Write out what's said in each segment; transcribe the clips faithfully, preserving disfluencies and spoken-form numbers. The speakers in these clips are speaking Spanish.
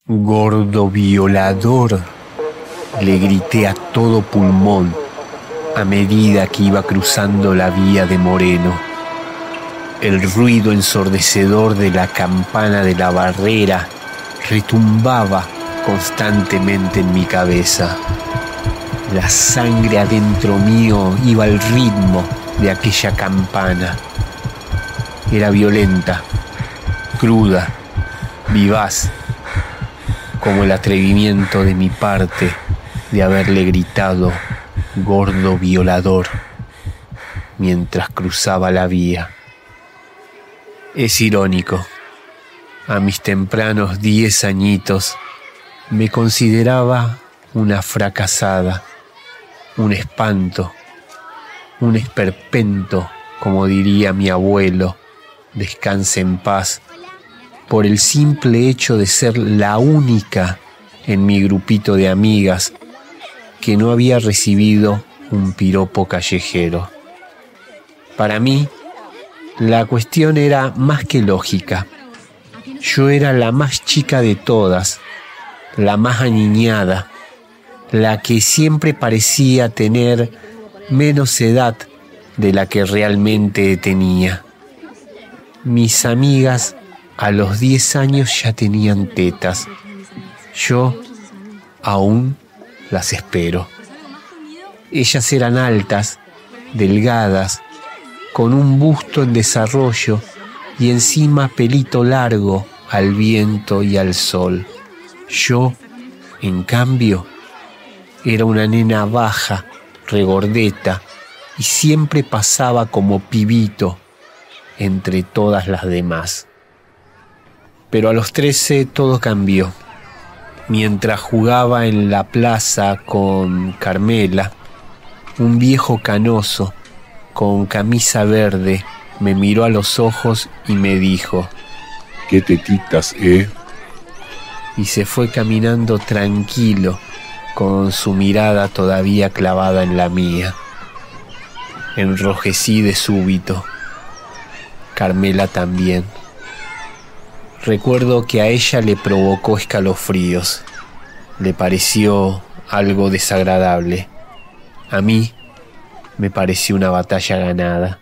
Gordo violador, le grité a todo pulmón a medida que iba cruzando la vía de Moreno. El ruido ensordecedor de la campana de la barrera retumbaba constantemente en mi cabeza. La sangre adentro mío iba al ritmo de aquella campana. Era violenta, cruda, vivaz, como el atrevimiento de mi parte de haberle gritado gordo violador mientras cruzaba la vía. Es irónico, a mis tempranos diez añitos me consideraba una fracasada, un espanto, un esperpento, como diría mi abuelo, descanse en paz, por el simple hecho de ser la única en mi grupito de amigas que no había recibido un piropo callejero. Para mí, la cuestión era más que lógica. Yo era la más chica de todas, la más aniñada, la que siempre parecía tener menos edad de la que realmente tenía. Mis amigas a los diez años ya tenían tetas. Yo aún las espero. Ellas eran altas, delgadas, con un busto en desarrollo y encima pelito largo al viento y al sol. Yo, en cambio, era una nena baja, regordeta, y siempre pasaba como pibito entre todas las demás. Pero a los trece todo cambió. Mientras jugaba en la plaza con Carmela, un viejo canoso con camisa verde me miró a los ojos y me dijo: ¿qué tetitas, eh? Y se fue caminando tranquilo, con su mirada todavía clavada en la mía. Enrojecí de súbito. Carmela también. Recuerdo que a ella le provocó escalofríos. Le pareció algo desagradable. A mí me pareció una batalla ganada.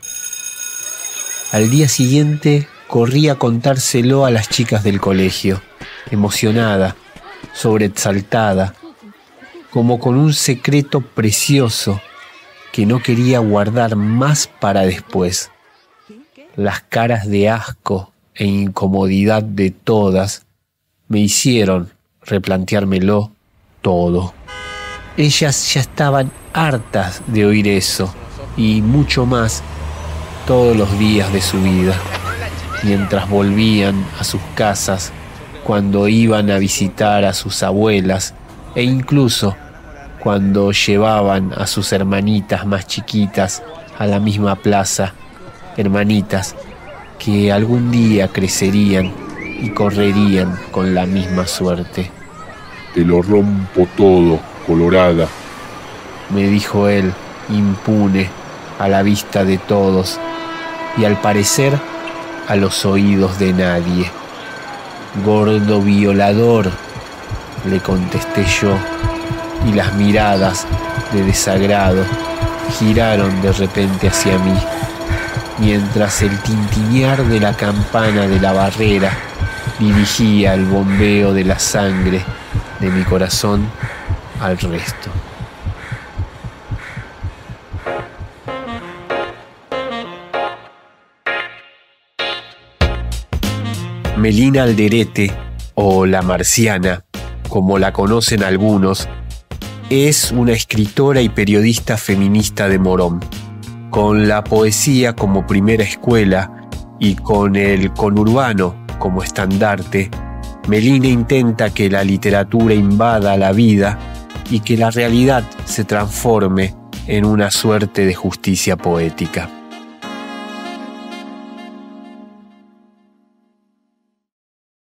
Al día siguiente corrí a contárselo a las chicas del colegio, emocionada, sobreexaltada, como con un secreto precioso que no quería guardar más para después. Las caras de asco e incomodidad de todas me hicieron replanteármelo todo. Ellas ya estaban hartas de oír eso y mucho más todos los días de su vida, mientras volvían a sus casas, cuando iban a visitar a sus abuelas e incluso cuando llevaban a sus hermanitas más chiquitas a la misma plaza, hermanitas que algún día crecerían y correrían con la misma suerte. Te lo rompo todo, colorada, me dijo él, impune a la vista de todos y al parecer a los oídos de nadie. Gordo violador, le contesté yo, y las miradas de desagrado giraron de repente hacia mí, mientras el tintinear de la campana de la barrera dirigía el bombeo de la sangre de mi corazón al resto. Melina Alderete, o La Marciana, como la conocen algunos, es una escritora y periodista feminista de Morón. Con la poesía como primera escuela y con el conurbano como estandarte, Melina intenta que la literatura invada la vida y que la realidad se transforme en una suerte de justicia poética.